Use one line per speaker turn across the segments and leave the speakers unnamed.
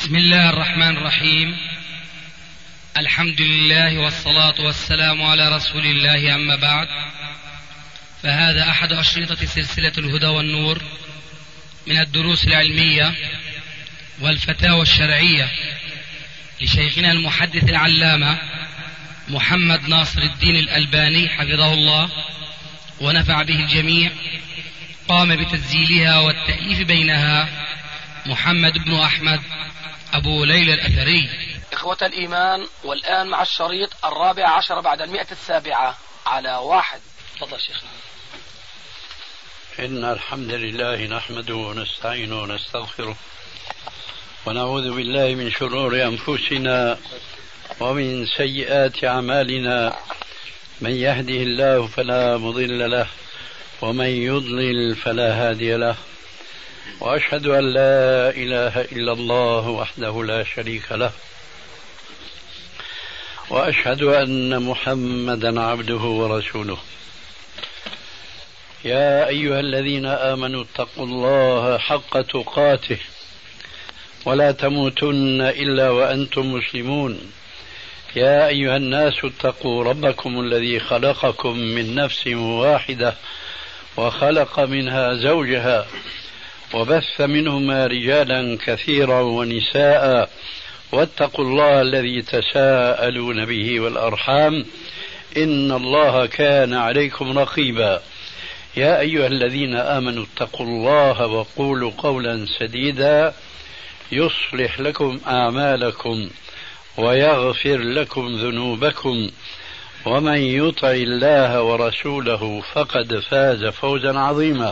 بسم الله الرحمن الرحيم. الحمد لله والصلاة والسلام على رسول الله، أما بعد، فهذا أحد أشرطة سلسلة الهدى والنور من الدروس العلمية والفتاوى الشرعية لشيخنا المحدث العلامة محمد ناصر الدين الألباني حفظه الله ونفع به الجميع. قام بتسجيلها والتأليف بينها محمد بن أحمد أبو ليلى الأثري.
إخوة الإيمان، والآن مع الشريط 14 بعد 107 على 1. تفضل شيخنا.
إن الحمد لله نحمده ونستعينه ونستغفره ونعوذ بالله من شرور أنفسنا ومن سيئات أعمالنا. من يهده الله فلا مضل له ومن يضلل فلا هادي له، وأشهد أن لا إله إلا الله وحده لا شريك له، وأشهد أن محمدا عبده ورسوله. يا أيها الذين آمنوا اتقوا الله حق تقاته ولا تموتن إلا وأنتم مسلمون. يا أيها الناس اتقوا ربكم الذي خلقكم من نفس واحدة وخلق منها زوجها وبث منهما رجالا كثيرا ونساء، واتقوا الله الذي تساءلون به والأرحام إن الله كان عليكم رقيبا. يا أيها الذين آمنوا اتقوا الله وقولوا قولا سديدا يصلح لكم أعمالكم ويغفر لكم ذنوبكم، ومن يطع الله ورسوله فقد فاز فوزا عظيما.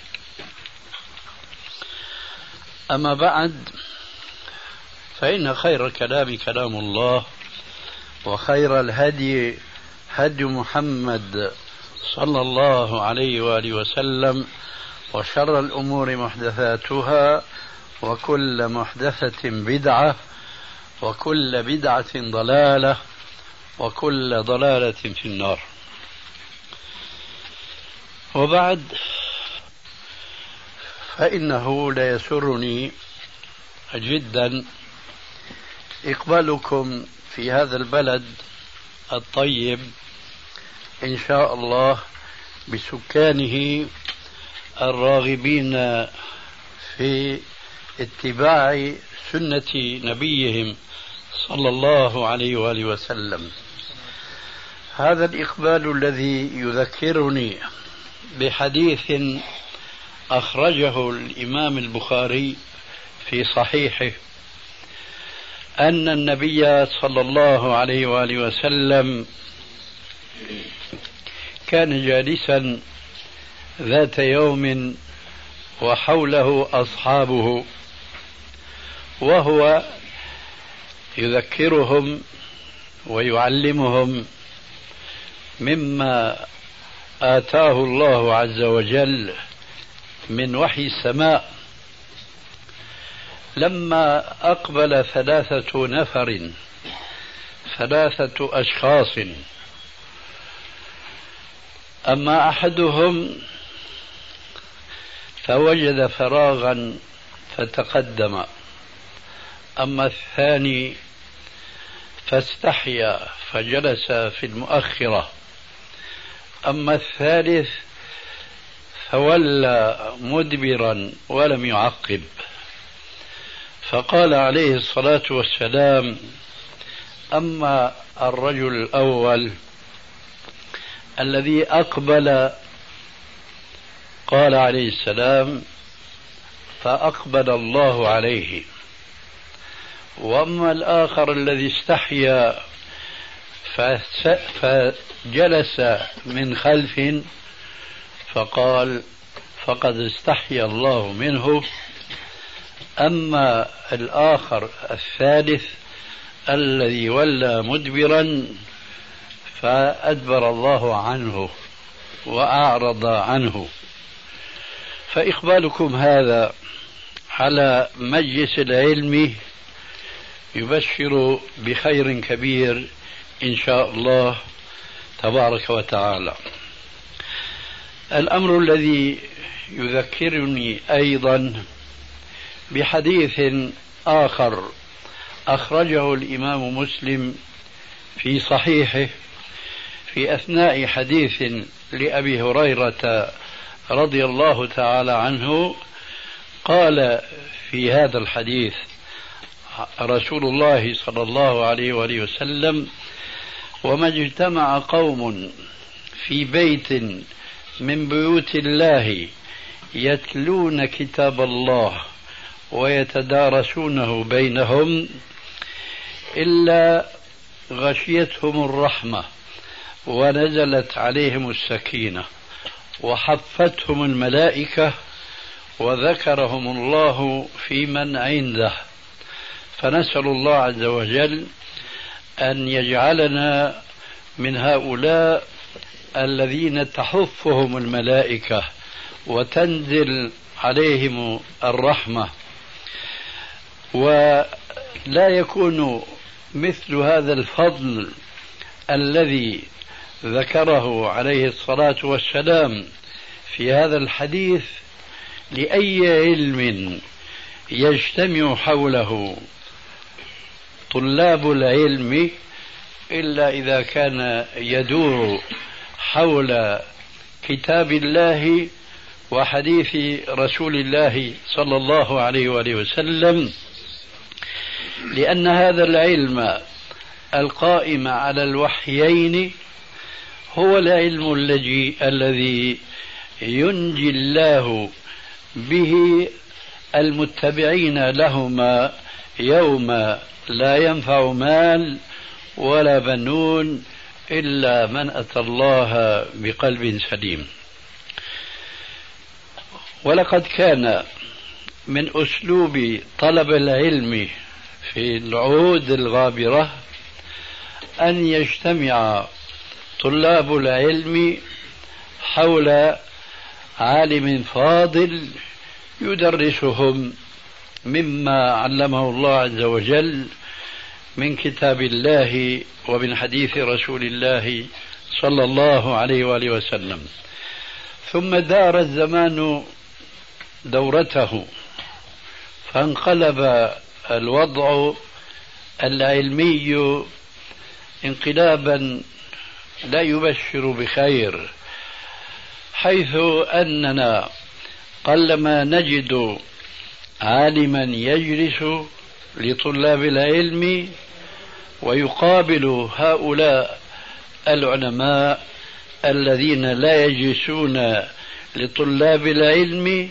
أما بعد، فإن خير الكلام كلام الله، وخير الهدي هدي محمد صلى الله عليه وآله وسلم، وشر الأمور محدثاتها، وكل محدثة بدعة، وكل بدعة ضلالة، وكل ضلالة في النار. وبعد، فإنه ليسرني جدا إقبالكم في هذا البلد الطيب إن شاء الله، بسكانه الراغبين في اتباع سنة نبيهم صلى الله عليه وآله وسلم. هذا الإقبال الذي يذكرني بحديث أخرجه الإمام البخاري في صحيحه، أن النبي صلى الله عليه وآله وسلم كان جالسا ذات يوم وحوله أصحابه، وهو يذكرهم ويعلمهم مما آتاه الله عز وجل من وحي السماء. لما أقبل 3 نفر، 3 أشخاص، أما أحدهم فوجد فراغا فتقدم، أما الثاني فاستحيا فجلس في المؤخرة، أما الثالث فولى مدبرا ولم يعقب. فقال عليه الصلاة والسلام: أما الرجل الأول الذي أقبل، قال عليه السلام: فأقبل الله عليه. وأما الآخر الذي استحيا فجلس من خلف، فقال: فقد استحيا الله منه. أما الآخر الثالث الذي ولى مدبرا فأدبر الله عنه وأعرض عنه. فإقبالكم هذا على مجلس العلم يبشر بخير كبير إن شاء الله تبارك وتعالى. الأمر الذي يذكرني أيضا بحديث آخر أخرجه الإمام مسلم في صحيحه في أثناء حديث لأبي هريرة رضي الله تعالى عنه. قال في هذا الحديث رسول الله صلى الله عليه وآله وسلم: وما اجتمع قوم في بيت من بيوت الله يتلون كتاب الله ويتدارسونه بينهم إلا غشيتهم الرحمة ونزلت عليهم السكينة وحفتهم الملائكة وذكرهم الله في من عنده. فنسأل الله عز وجل أن يجعلنا من هؤلاء الذين تحفهم الملائكة وتنزل عليهم الرحمة. ولا يكون مثل هذا الفضل الذي ذكره عليه الصلاة والسلام في هذا الحديث لأي علم يجتمع حوله طلاب العلم إلا إذا كان يدور حول كتاب الله وحديث رسول الله صلى الله عليه وآله وسلم، لأن هذا العلم القائم على الوحيين هو العلم الذي ينجي الله به المتبعين لهما يوم لا ينفع مال ولا بنون إلا من أتى الله بقلب سليم. ولقد كان من أسلوب طلب العلم في العهود الغابرة أن يجتمع طلاب العلم حول عالم فاضل يدرسهم مما علمه الله عز وجل من كتاب الله ومن حديث رسول الله صلى الله عليه وآله وسلم. ثم دار الزمان دورته فانقلب الوضع العلمي انقلابا لا يبشر بخير، حيث أننا قلما نجد عالما يجلس لطلاب العلم ويقابل هؤلاء العلماء الذين لا يجلسون لطلاب العلم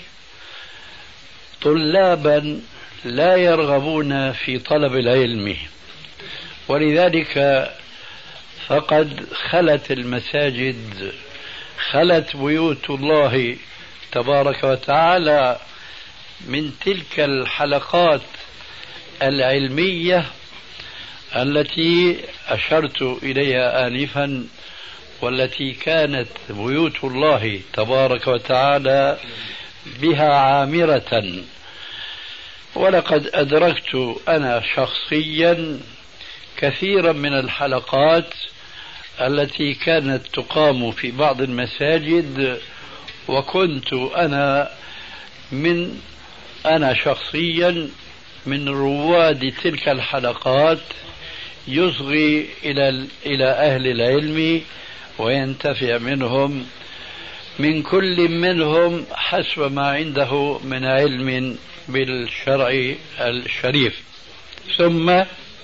طلابا لا يرغبون في طلب العلم. ولذلك فقد خلت المساجد، خلت بيوت الله تبارك وتعالى من تلك الحلقات العلمية التي أشرت إليها آنفا، والتي كانت بيوت الله تبارك وتعالى بها عامرة. ولقد أدركت أنا شخصيا كثيرا من الحلقات التي كانت تقام في بعض المساجد، وكنت أنا شخصيا من رواد تلك الحلقات، يصغي إلى أهل العلم وينتفع منهم، من كل منهم حسب ما عنده من علم بالشرع الشريف. ثم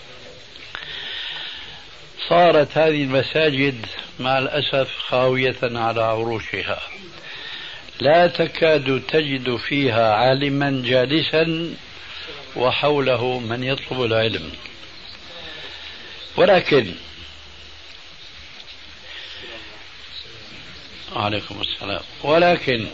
صارت هذه المساجد مع الأسف خاوية على عروشها، لا تكاد تجد فيها عالما جالسا وحوله من يطلب العلم. ولكن عليكم السلام. ولكن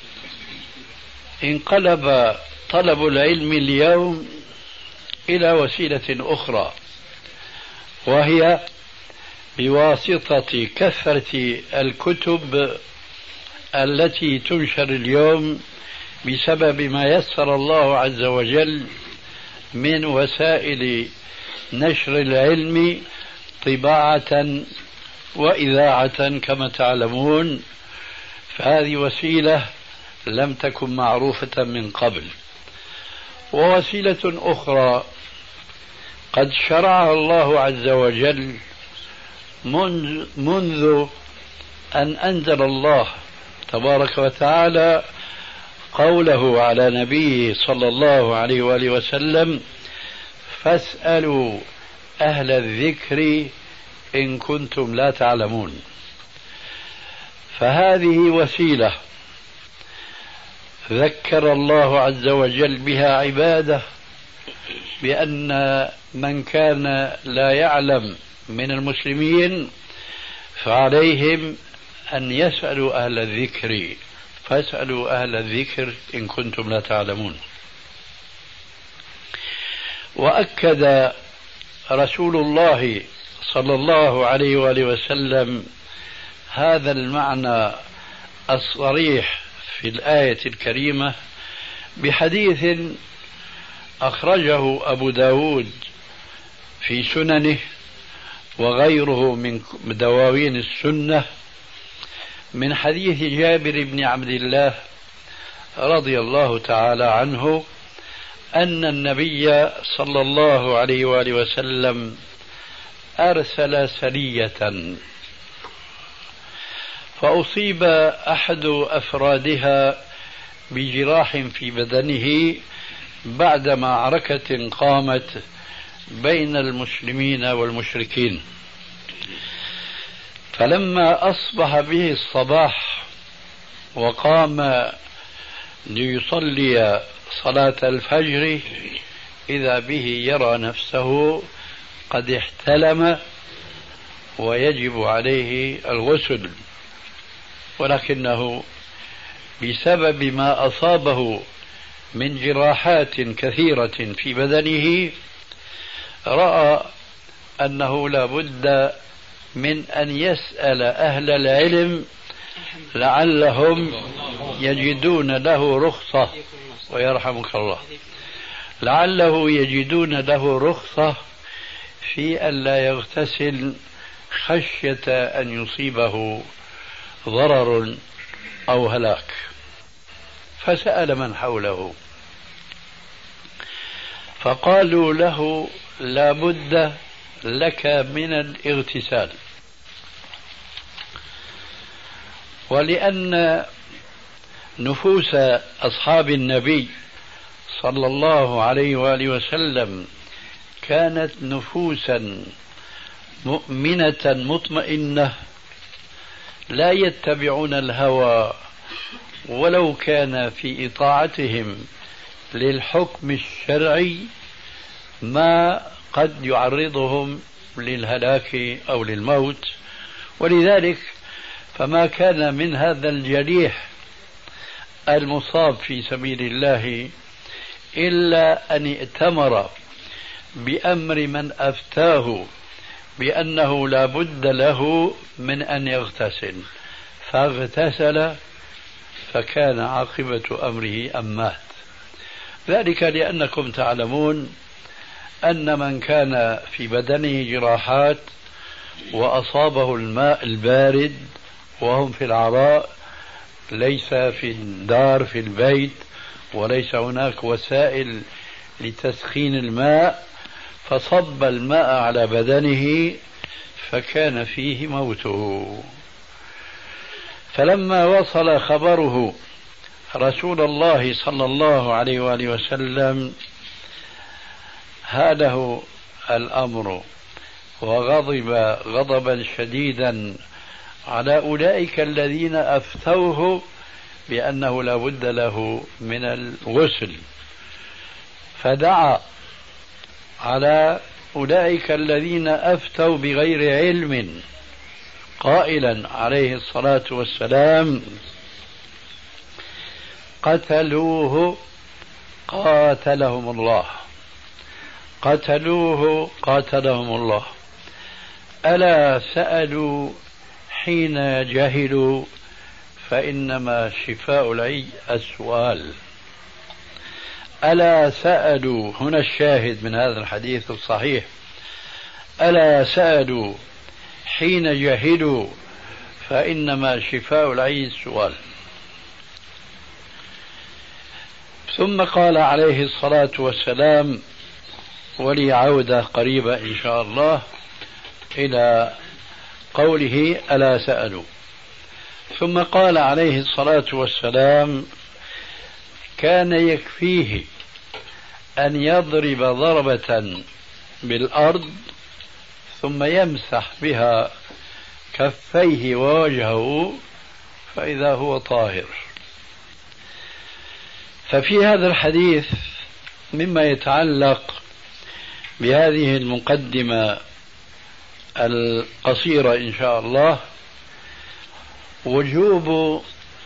انقلب طلب العلم اليوم إلى وسيلة أخرى، وهي بواسطة كثرة الكتب التي تنشر اليوم بسبب ما يسر الله عز وجل من وسائل نشر العلم طباعة وإذاعة كما تعلمون. فهذه وسيلة لم تكن معروفة من قبل. ووسيلة أخرى قد شرعها الله عز وجل منذ أن أنزل الله تبارك وتعالى قوله على نبيه صلى الله عليه وآله وسلم: فاسألوا أهل الذكر إن كنتم لا تعلمون. فهذه وسيلة ذكر الله عز وجل بها عباده بأن من كان لا يعلم من المسلمين فعليهم أن يسألوا أهل الذكر، فاسألوا أهل الذكر إن كنتم لا تعلمون. وأكد رسول الله صلى الله عليه وآله وسلم هذا المعنى الصريح في الآية الكريمة بحديث أخرجه أبو داود في سننه وغيره من دواوين السنة من حديث جابر بن عبد الله رضي الله تعالى عنه أن النبي صلى الله عليه وآله وسلم أرسل سرية فأصيب أحد أفرادها بجراح في بدنه بعد معركة قامت بين المسلمين والمشركين. فلما أصبح به الصباح وقام ليصلي صلاة الفجر إذا به يرى نفسه قد احتلم ويجب عليه الغسل، ولكنه بسبب ما أصابه من جراحات كثيرة في بدنه رأى أنه لا بد من أن يسأل أهل العلم لعلهم يجدون له رخصة، ويرحمك الله، لعله يجدون له رخصة في أن لا يغتسل خشية أن يصيبه ضرر أو هلاك. فسأل من حوله فقالوا له: لا بد لك من الاغتسال. ولأن نفوس أصحاب النبي صلى الله عليه وآله وسلم كانت نفوسا مؤمنة مطمئنة لا يتبعون الهوى ولو كان في إطاعتهم للحكم الشرعي ما قد يعرضهم للهلاك أو للموت. ولذلك فما كان من هذا الجريح المصاب في سبيل الله إلا أن ائتمر بأمر من أفتاه بأنه لا بد له من أن يغتسل، فاغتسل فكان عاقبة أمره أن مات. ذلك لأنكم تعلمون أن من كان في بدنه جراحات وأصابه الماء البارد وهم في العراء، ليس في الدار في البيت وليس هناك وسائل لتسخين الماء، فصب الماء على بدنه فكان فيه موته. فلما وصل خبره رسول الله صلى الله عليه وآله وسلم هاله الأمر وغضب غضبا شديدا على أولئك الذين أفتوه بأنه لا بد له من الغسل، فدعا على أولئك الذين أفتوا بغير علم قائلا عليه الصلاة والسلام: قتلوه قاتلهم الله، قتلوه قاتلهم الله. ألا سألوا حين جهلوا فإنما شفاء العي السؤال. ألا سألوا، هنا الشاهد من هذا الحديث الصحيح: ألا سألوا حين جهلوا فإنما شفاء العي السؤال. ثم قال عليه الصلاة والسلام: ولي عودة قريبة إن شاء الله إلى قوله ألا سألوا. ثم قال عليه الصلاة والسلام كان يكفيه أن يضرب ضربة بالأرض ثم يمسح بها كفيه ووجهه فإذا هو طاهر. ففي هذا الحديث مما يتعلق بهذه المقدمة القصيرة إن شاء الله وجوب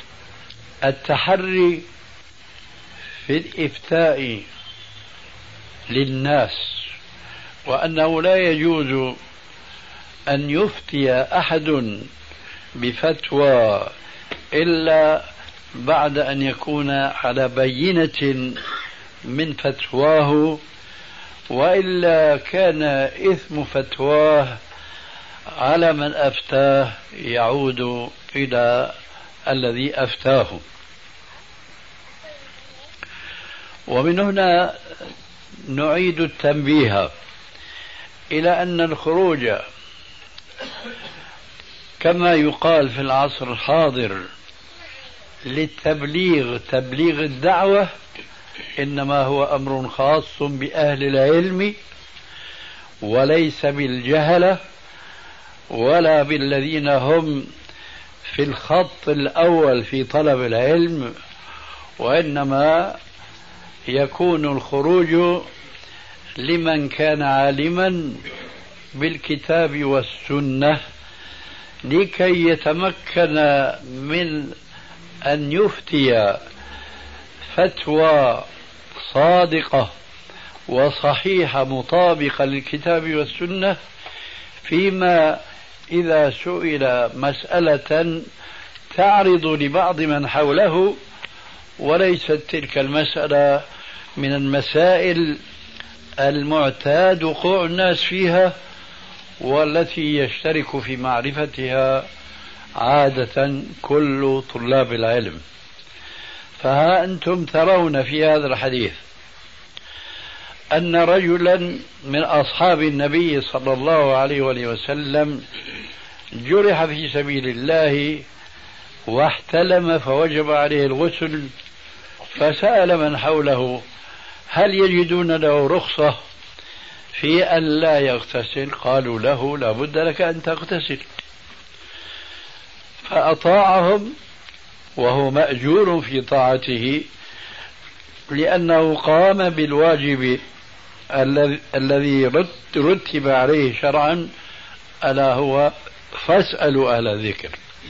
التحري في الإفتاء للناس، وأنه لا يجوز أن يفتي أحد بفتوى إلا بعد أن يكون على بينة من فتواه، وإلا كان إثم فتواه على من أفتاه يعود إلى الذي أفتاه. ومن هنا نعيد التنبيه إلى أن الخروج كما يقال في العصر الحاضر للتبليغ، تبليغ الدعوة، إنما هو أمر خاص بأهل العلم وليس بالجهلة ولا بالذين هم في الخط الأول في طلب العلم، وإنما يكون الخروج لمن كان عالما بالكتاب والسنة لكي يتمكن من أن يفتي فتوى صادقة وصحيحة مطابقة للكتاب والسنة فيما إذا سئل مسألة تعرض لبعض من حوله وليست تلك المسألة من المسائل المعتاد وقوع الناس فيها والتي يشترك في معرفتها عادة كل طلاب العلم. فها أنتم ترون في هذا الحديث أن رجلا من أصحاب النبي صلى الله عليه وسلم جرح في سبيل الله واحتلم فوجب عليه الغسل، فسأل من حوله هل يجدون له رخصة في أن لا يغتسل؟ قالوا له لا بد لك أن تغتسل، فأطاعهم وهو مأجور في طاعته لأنه قام بالواجب الذي رتب عليه شرعا، ألا هو فاسألوا أهل الذكر.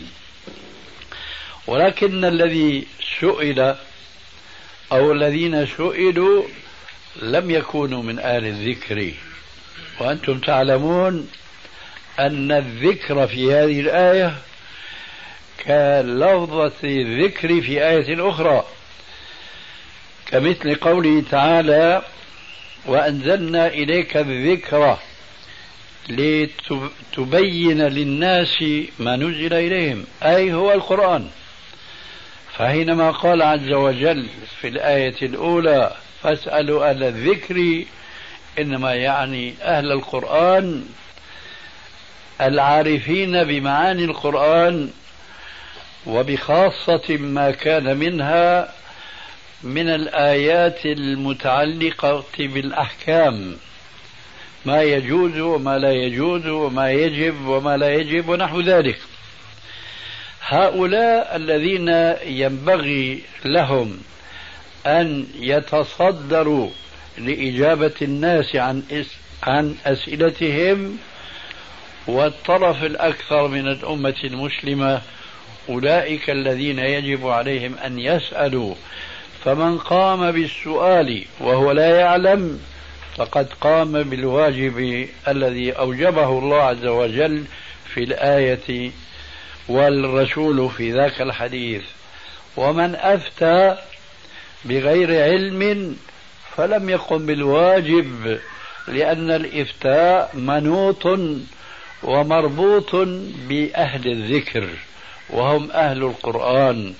ولكن الذي سئل أو الذين سئلوا لم يكونوا من أهل الذكر، وأنتم تعلمون أن الذكر في هذه الآية كلفظة الذكر في آية أخرى، كمثل قوله تعالى وأنزلنا إليك الذكر لتبين للناس ما نزل إليهم، أي هو القرآن. فحينما قال عز وجل في الآية الأولى فاسألوا أهل الذكر، إنما يعني أهل القرآن العارفين بمعاني القرآن وبخاصة ما كان منها من الآيات المتعلقة بالأحكام، ما يجوز وما لا يجوز وما يجب وما لا يجب ونحو ذلك. هؤلاء الذين ينبغي لهم أن يتصدروا لإجابة الناس عن أسئلتهم، والطرف الأكثر من الأمة المسلمة أولئك الذين يجب عليهم أن يسألوا، فمن قام بالسؤال وهو لا يعلم فقد قام بالواجب الذي أوجبه الله عز وجل في الآية والرسول في ذاك الحديث. ومن أفتى بغير علم فلم يقم بالواجب، لأن الإفتاء منوط ومربوط بأهل الذكر وهم أهل القرآن.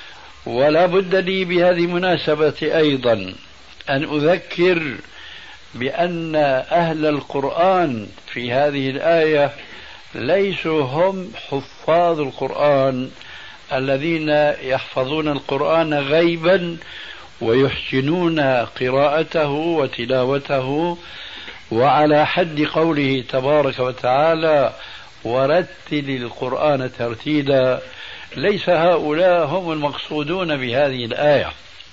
ولا بد لي بهذه المناسبة أيضا أن أذكر بأن أهل القرآن في هذه الآية ليسوا هم حفاظ القرآن الذين يحفظون القرآن غيبا ويحسنون قراءته وتلاوته، وعلى حد قوله تبارك وتعالى ورتل القرآن ترتيلا. ليس هؤلاء هم المقصودون بهذه الآية،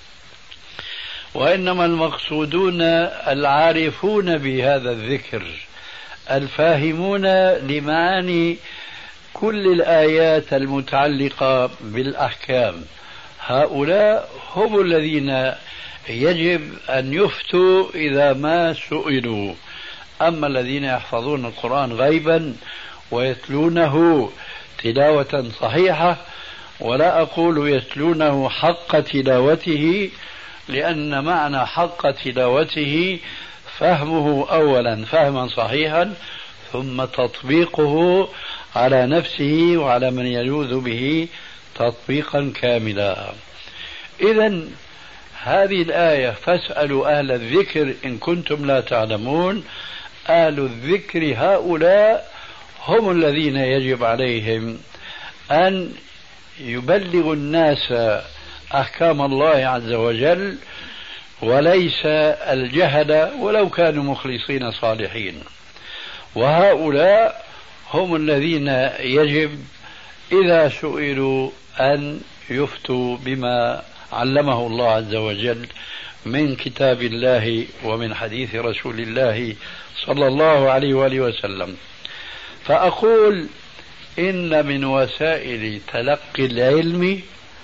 وإنما المقصودون العارفون بهذا الذكر الفاهمون لمعاني كل الآيات المتعلقة بالأحكام. هؤلاء هم الذين يجب أن يفتوا إذا ما سئلوا. أما الذين يحفظون القرآن غيبا ويتلونه تلاوة صحيحة، ولا أقول يتلونه حق تلاوته، لأن معنى حق تلاوته فهمه أولا فهما صحيحا، ثم تطبيقه على نفسه وعلى من يلوذ به تطبيقا كاملا. إذن هذه الآية فاسألوا أهل الذكر إن كنتم لا تعلمون. أهل الذكر هؤلاء هم الذين يجب عليهم أن يبلغوا الناس أحكام الله عز وجل، وليس الجهل ولو كانوا مخلصين صالحين. وهؤلاء هم الذين يجب إذا سئلوا أن يفتوا بما علمه الله عز وجل من كتاب الله ومن حديث رسول الله صلى الله عليه وآله وسلم. فأقول إن من وسائل تلقي العلم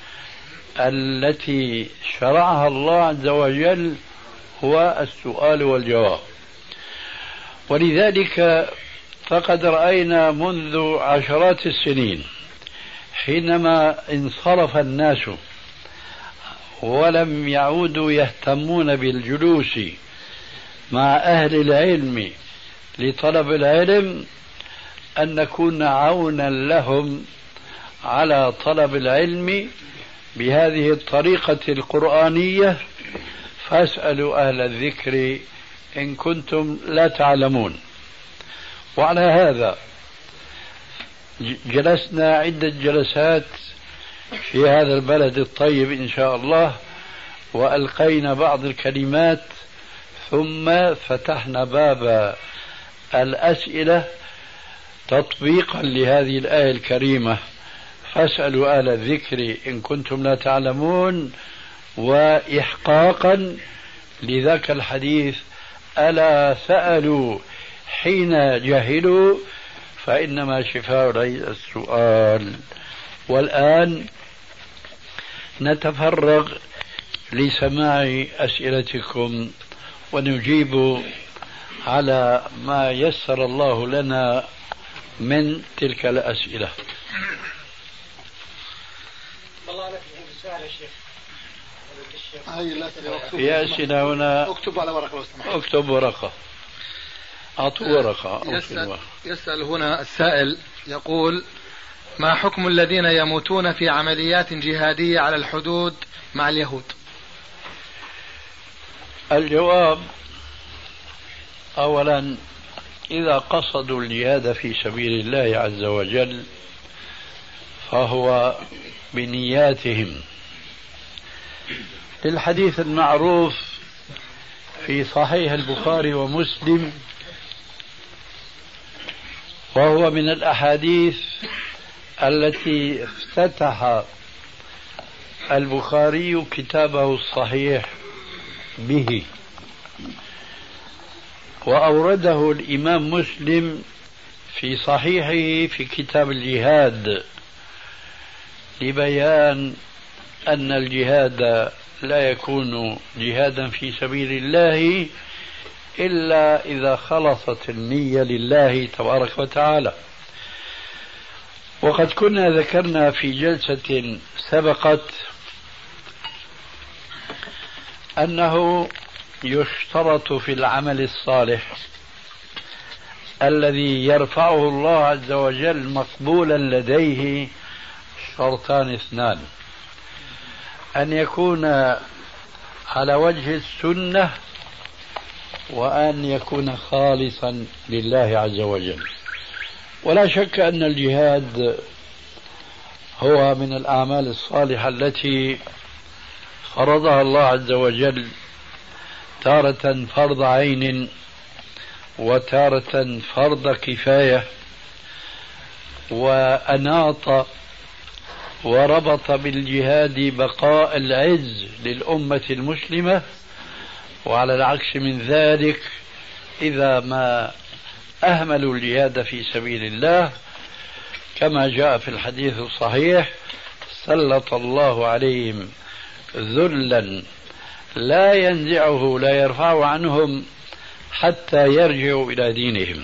التي شرعها الله عز وجل هو السؤال والجواب. ولذلك فقد رأينا منذ عشرات السنين حينما انصرف الناس ولم يعودوا يهتمون بالجلوس مع أهل العلم لطلب العلم، أن نكون عونا لهم على طلب العلم بهذه الطريقة القرآنية. فاسألوا أهل الذكر إن كنتم لا تعلمون. وعلى هذا جلسنا عدة جلسات في هذا البلد الطيب إن شاء الله، وألقينا بعض الكلمات، ثم فتحنا باب الأسئلة تطبيقا لهذه الآية الكريمة فاسألوا أهل الذكر إن كنتم لا تعلمون، وإحقاقا لذاك الحديث ألا سألوا حين جهلوا فإنما شفاء السؤال. والآن نتفرغ لسماع أسئلتكم ونجيب على ما يسر الله لنا من تلك الأسئلة. في أسئلة هنا.
اكتب على ورقة.
اكتب ورقة. أعطوا ورقة.
يسأل هنا السائل يقول: ما حكم الذين يموتون في عمليات جهادية على الحدود مع اليهود؟
الجواب: أولا، إذا قصدوا الجهاد في سبيل الله عز وجل فهو بنياتهم، للحديث المعروف في صحيح البخاري ومسلم، وهو من الأحاديث التي افتتح البخاري كتابه الصحيح به، وأورده الإمام مسلم في صحيحه في كتاب الجهاد، لبيان أن الجهاد لا يكون جهادا في سبيل الله إلا إذا خلصت النية لله تبارك وتعالى. وقد كنا ذكرنا في جلسة سبقت أنه يشترط في العمل الصالح الذي يرفعه الله عز وجل مقبولا لديه شرطان اثنان: أن يكون على وجه السنة وأن يكون خالصا لله عز وجل. ولا شك أن الجهاد هو من الأعمال الصالحة التي فرضها الله عز وجل، تارة فرض عين وتارة فرض كفاية، وأناط وربط بالجهاد بقاء العز للأمة المسلمة. وعلى العكس من ذلك إذا ما أهملوا الجهاد في سبيل الله كما جاء في الحديث الصحيح سلط الله عليهم ذلا لا ينزعه لا يرفع عنهم حتى يرجعوا إلى دينهم.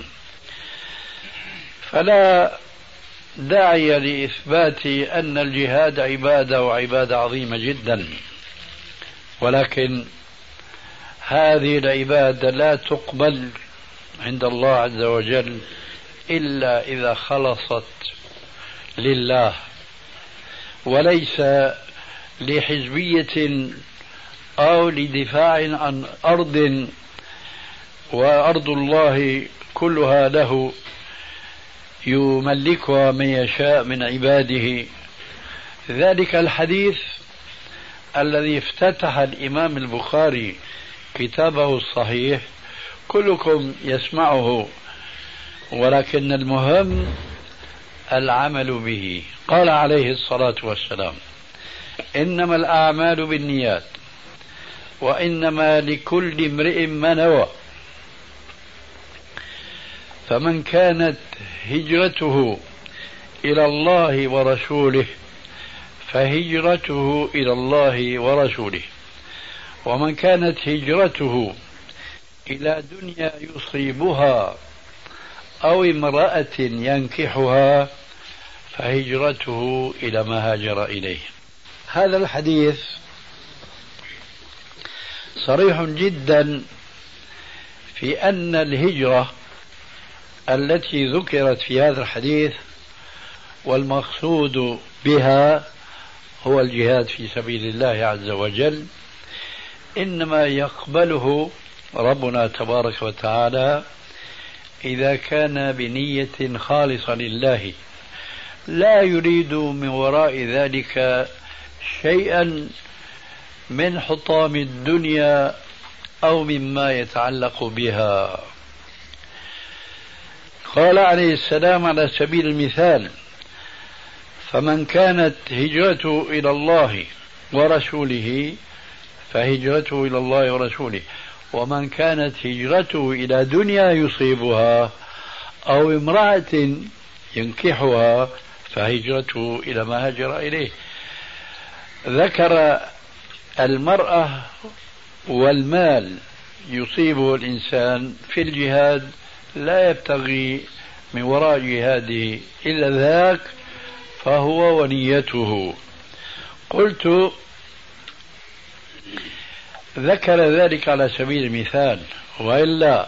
فلا داعي لإثبات أن الجهاد عبادة وعبادة عظيمة جدا، ولكن هذه العبادة لا تقبل عند الله عز وجل إلا إذا خلصت لله، وليس لحزبية أو لدفاع عن أرض، وأرض الله كلها له يملكها من يشاء من عباده. ذلك الحديث الذي افتتح الإمام البخاري كتابه الصحيح كلكم يسمعه، ولكن المهم العمل به. قال عليه الصلاة والسلام: إنما الأعمال بالنيات وإنما لكل امرئ ما نوى، فمن كانت هجرته إلى الله ورسوله فهجرته إلى الله ورسوله، ومن كانت هجرته إلى دنيا يصيبها أو امرأة ينكحها فهجرته إلى ما هاجر إليه. هذا الحديث صريح جدا في أن الهجرة التي ذكرت في هذا الحديث والمقصود بها هو الجهاد في سبيل الله عز وجل إنما يقبله ربنا تبارك وتعالى إذا كان بنية خالصة لله، لا يريد من وراء ذلك شيئا من حطام الدنيا أو مما يتعلق بها. قال عليه السلام على سبيل المثال: فمن كانت هجرته إلى الله ورسوله فهجرته إلى الله ورسوله، ومن كانت هجرته إلى دنيا يصيبها أو امرأة ينكحها فهجرته إلى ما هاجر إليه. ذكر المرأة والمال يصيبه الإنسان في الجهاد، لا يبتغي من وراء جهاده إلا ذاك فهو ونيته. قلت ذكر ذلك على سبيل المثال، وإلا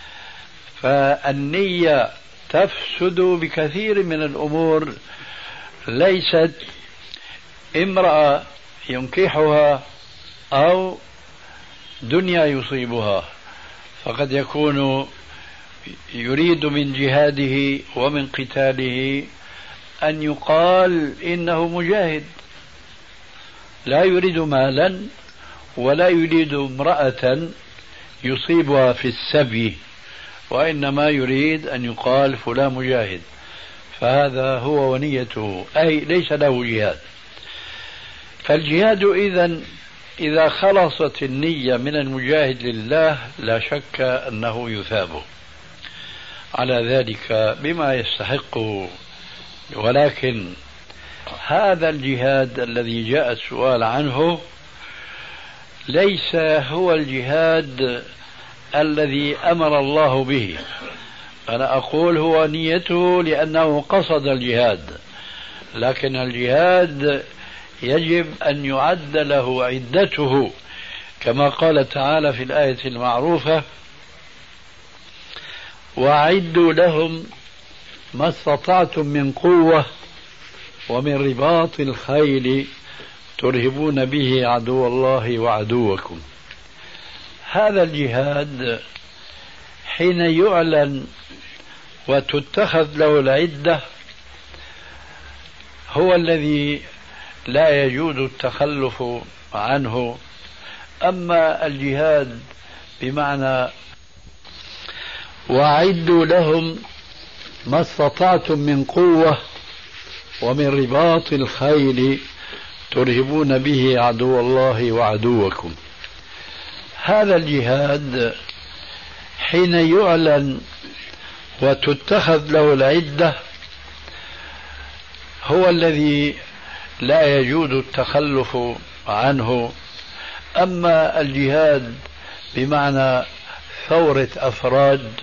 فالنية تفسد بكثير من الأمور، ليست امرأة ينكحها أو دنيا يصيبها، فقد يكون يريد من جهاده ومن قتاله أن يقال إنه مجاهد، لا يريد مالا ولا يريد امرأة يصيبها في السبي، وإنما يريد أن يقال فلان مجاهد، فهذا هو ونيته، أي ليس له جهاد. فالجهاد إذا خلصت النية من المجاهد لله لا شك أنه يثاب على ذلك بما يستحقه. ولكن هذا الجهاد الذي جاء السؤال عنه ليس هو الجهاد الذي أمر الله به. أنا أقول هو نيته لأنه قصد الجهاد، لكن الجهاد يجب أن يعد له عدته، كما قال تعالى في الآية المعروفة: وأعدوا لهم ما استطعتم من قوة ومن رباط الخيل ترهبون به عدو الله وعدوكم. هذا الجهاد حين يعلن وتتخذ له العدة هو الذي لا يجوز التخلف عنه. أما الجهاد بمعنى وأعدوا لهم ما استطعتم من قوة ومن رباط الخيل ترهبون به عدو الله وعدوكم، هذا الجهاد حين يعلن وتتخذ له العدة هو الذي لا يجوز التخلف عنه. أما الجهاد بمعنى ثورة أفراد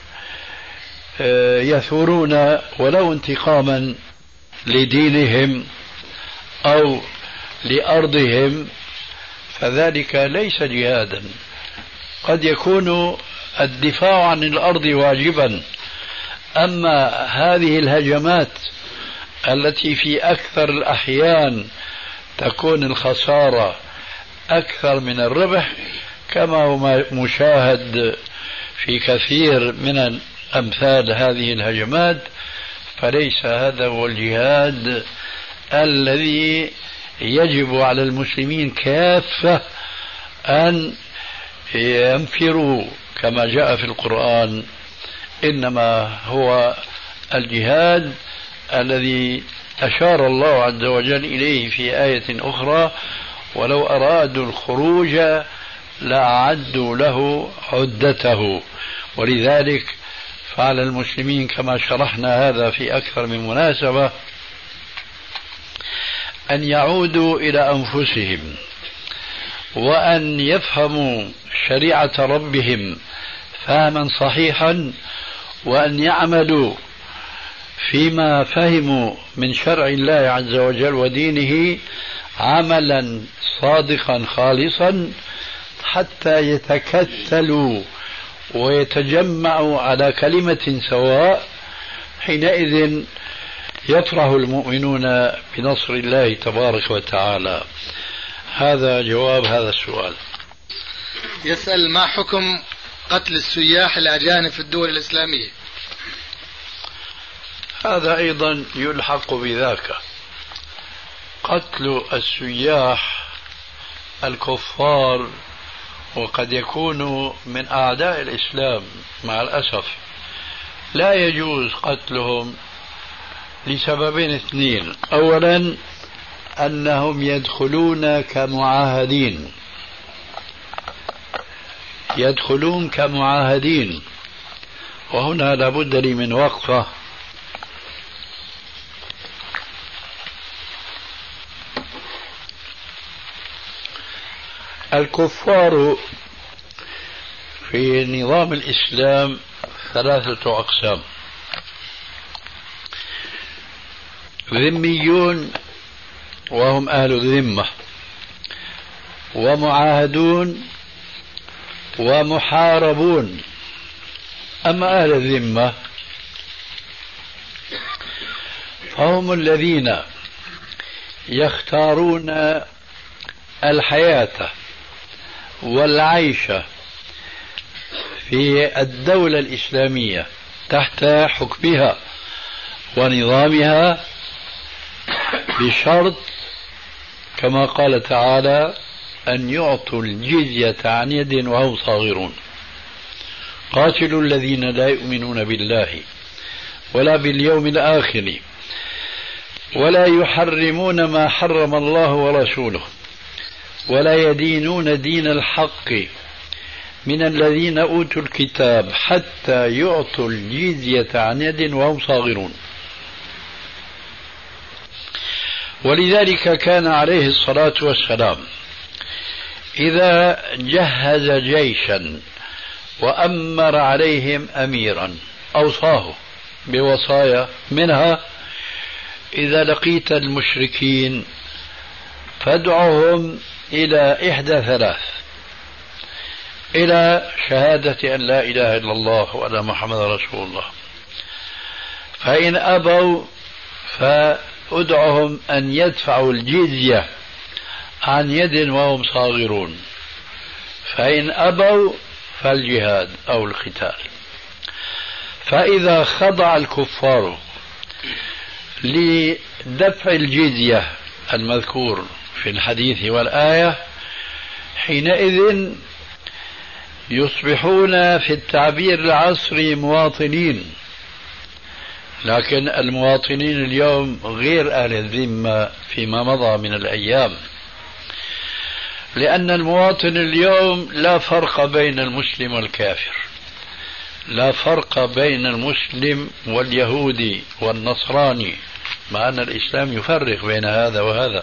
يثورون ولو انتقاما لدينهم أو لأرضهم فذلك ليس جهادا. قد يكون الدفاع عن الأرض واجبا، أما هذه الهجمات التي في أكثر الأحيان تكون الخسارة أكثر من الربح كما هو مشاهد في كثير من أمثال هذه الهجمات، فليس هذا هو الجهاد الذي يجب على المسلمين كافة أن ينفروا كما جاء في القرآن. إنما هو الجهاد الذي أشار الله عز وجل إليه في آية أخرى: ولو أرادوا الخروج لأعدوا له عدته. ولذلك فعلى المسلمين كما شرحنا هذا في أكثر من مناسبة أن يعودوا إلى أنفسهم وأن يفهموا شريعة ربهم فهما صحيحا، وأن يعملوا فيما فهموا من شرع الله عز وجل ودينه عملا صادقا خالصا حتى يتكتلوا ويتجمعوا على كلمة سواء. حينئذ يفرح المؤمنون بنصر الله تبارك وتعالى. هذا جواب هذا السؤال.
يسأل: ما حكم قتل السياح الأجانب في الدول الإسلامية؟
هذا أيضا يلحق بذاك. قتل السياح الكفار وقد يكونوا من أعداء الإسلام مع الأسف لا يجوز قتلهم لسببين اثنين: أولا أنهم يدخلون كمعاهدين، وهنا لابد لي من وقفة. الكفار في نظام الإسلام ثلاثة أقسام: ذميون وهم أهل الذمة، ومعاهدون، ومحاربون. أما أهل الذمة فهم الذين يختارون الحياة والعيش في الدولة الإسلامية تحت حكمها ونظامها بشرط كما قال تعالى: أن يعطوا الجزية عن يد وهم صاغرون. قاتلوا الذين لا يؤمنون بالله ولا باليوم الآخر ولا يحرمون ما حرم الله ورسوله ولا يدينون دين الحق من الذين أوتوا الكتاب حتى يعطوا الجزية عن يد وهم صاغرون. ولذلك كان عليه الصلاة والسلام إذا جهز جيشا وأمر عليهم أميرا أوصاه بوصايا، منها: إذا لقيت المشركين فادعهم إلى إحدى ثلاث: إلى شهادة أن لا إله إلا الله وأن محمد رسول الله، فإن أبوا فادعهم أن يدفعوا الجزية عن يد وهم صاغرون، فإن أبوا فالجهاد أو القتال. فإذا خضع الكفار لدفع الجزية المذكور في الحديث والآية حينئذ يصبحون في التعبير العصري مواطنين، لكن المواطنين اليوم غير أهل الذمة فيما مضى من الأيام، لأن المواطن اليوم لا فرق بين المسلم والكافر، لا فرق بين المسلم واليهودي والنصراني، مع أن الإسلام يفرق بين هذا وهذا.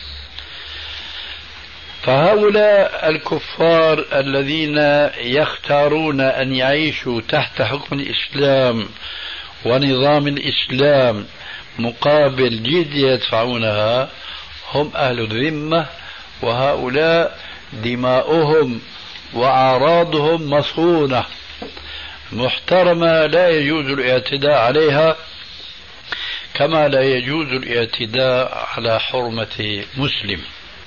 فهؤلاء الكفار الذين يختارون أن يعيشوا تحت حكم الإسلام ونظام الإسلام مقابل جزية يدفعونها هم أهل الذمة، وهؤلاء دماؤهم وأعراضهم مصونة محترمة لا يجوز الاعتداء عليها، كما لا يجوز الاعتداء على حرمة مسلم.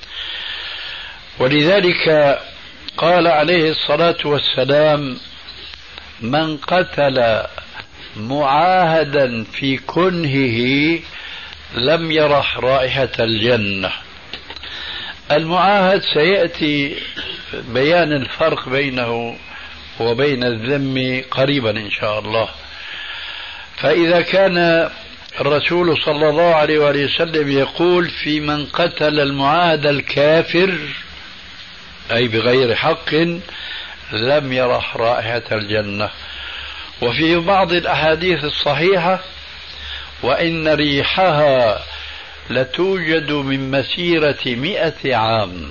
ولذلك قال عليه الصلاة والسلام: من قتل معاهدا في كنهه لم يرح رائحة الجنة. المعاهد سيأتي بيان الفرق بينه وبين الذم قريبا إن شاء الله. فإذا كان الرسول صلى الله عليه وآله وسلم يقول في من قتل المعاهد الكافر أي بغير حق لم يرح رائحة الجنة. وفي بعض الأحاديث الصحيحة: وإن ريحها لتوجد من مسيرة 100 عام.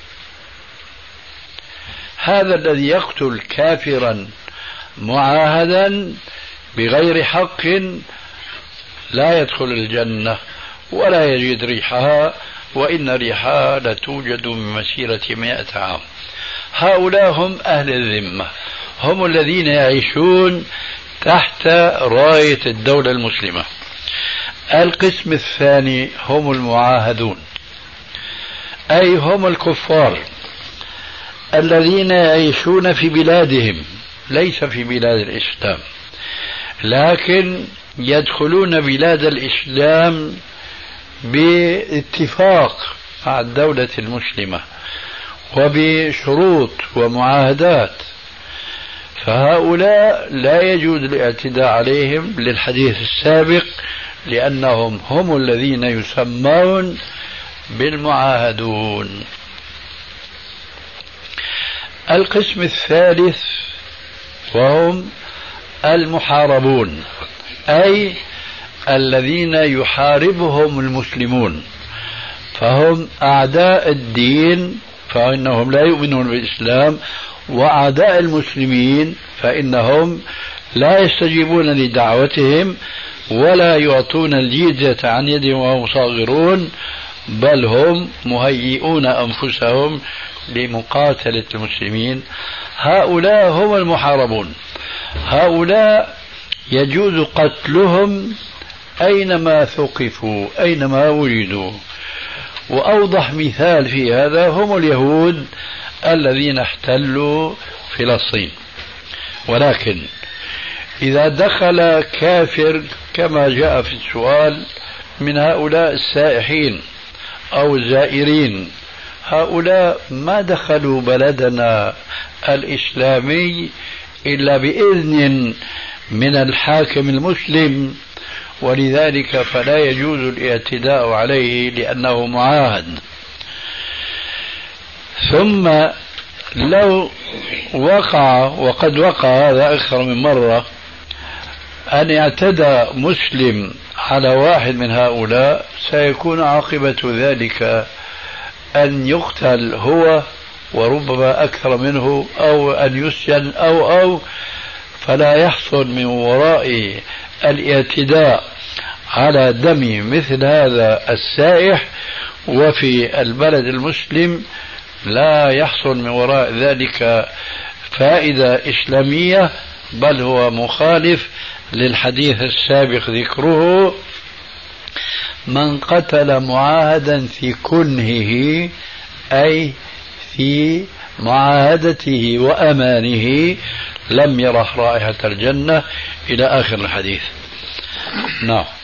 هذا الذي يقتل كافرا معاهدا بغير حق لا يدخل الجنة ولا يجد ريحها، وإن ريحها لتوجد من مسيرة 100 عام. هؤلاء هم أهل الذمة، هم الذين يعيشون تحت راية الدولة المسلمة. القسم الثاني هم المعاهدون، أي هم الكفار الذين يعيشون في بلادهم ليس في بلاد الإسلام، لكن يدخلون بلاد الإسلام باتفاق مع الدولة المسلمة وبشروط ومعاهدات. فهؤلاء لا يجوز الاعتداء عليهم للحديث السابق، لأنهم هم الذين يسمون بالمعاهدون. القسم الثالث وهم المحاربون، أي الذين يحاربهم المسلمون، فهم أعداء الدين فإنهم لا يؤمنون بالإسلام، وأعداء المسلمين فإنهم لا يستجيبون لدعوتهم ولا يعطون الجزية عن يدهم وهم صاغرون، بل هم مهيئون أنفسهم لمقاتلة المسلمين. هؤلاء هم المحاربون، هؤلاء يجوز قتلهم أينما ثقفوا أينما وجدوا. وأوضح مثال في هذا هم اليهود الذين احتلوا فلسطين. ولكن إذا دخل كافر كما جاء في السؤال من هؤلاء السائحين أو الزائرين، هؤلاء ما دخلوا بلدنا الإسلامي إلا بإذن من الحاكم المسلم، ولذلك فلا يجوز الاعتداء عليه لأنه معاهد. ثم لو وقع، وقد وقع هذا أكثر من مرة، أن اعتدى مسلم على واحد من هؤلاء، سيكون عاقبة ذلك أن يقتل هو وربما أكثر منه، أو أن يسجن أو فلا يحصل من وراء الاعتداء على دم مثل هذا السائح وفي البلد المسلم لا يحصل من وراء ذلك فائدة إسلامية، بل هو مخالف للحديث السابق ذكره: من قتل معاهدا في كنهه أي في معاهدته وأمانه لم يره رائحة الجنة إلى آخر الحديث. نعم.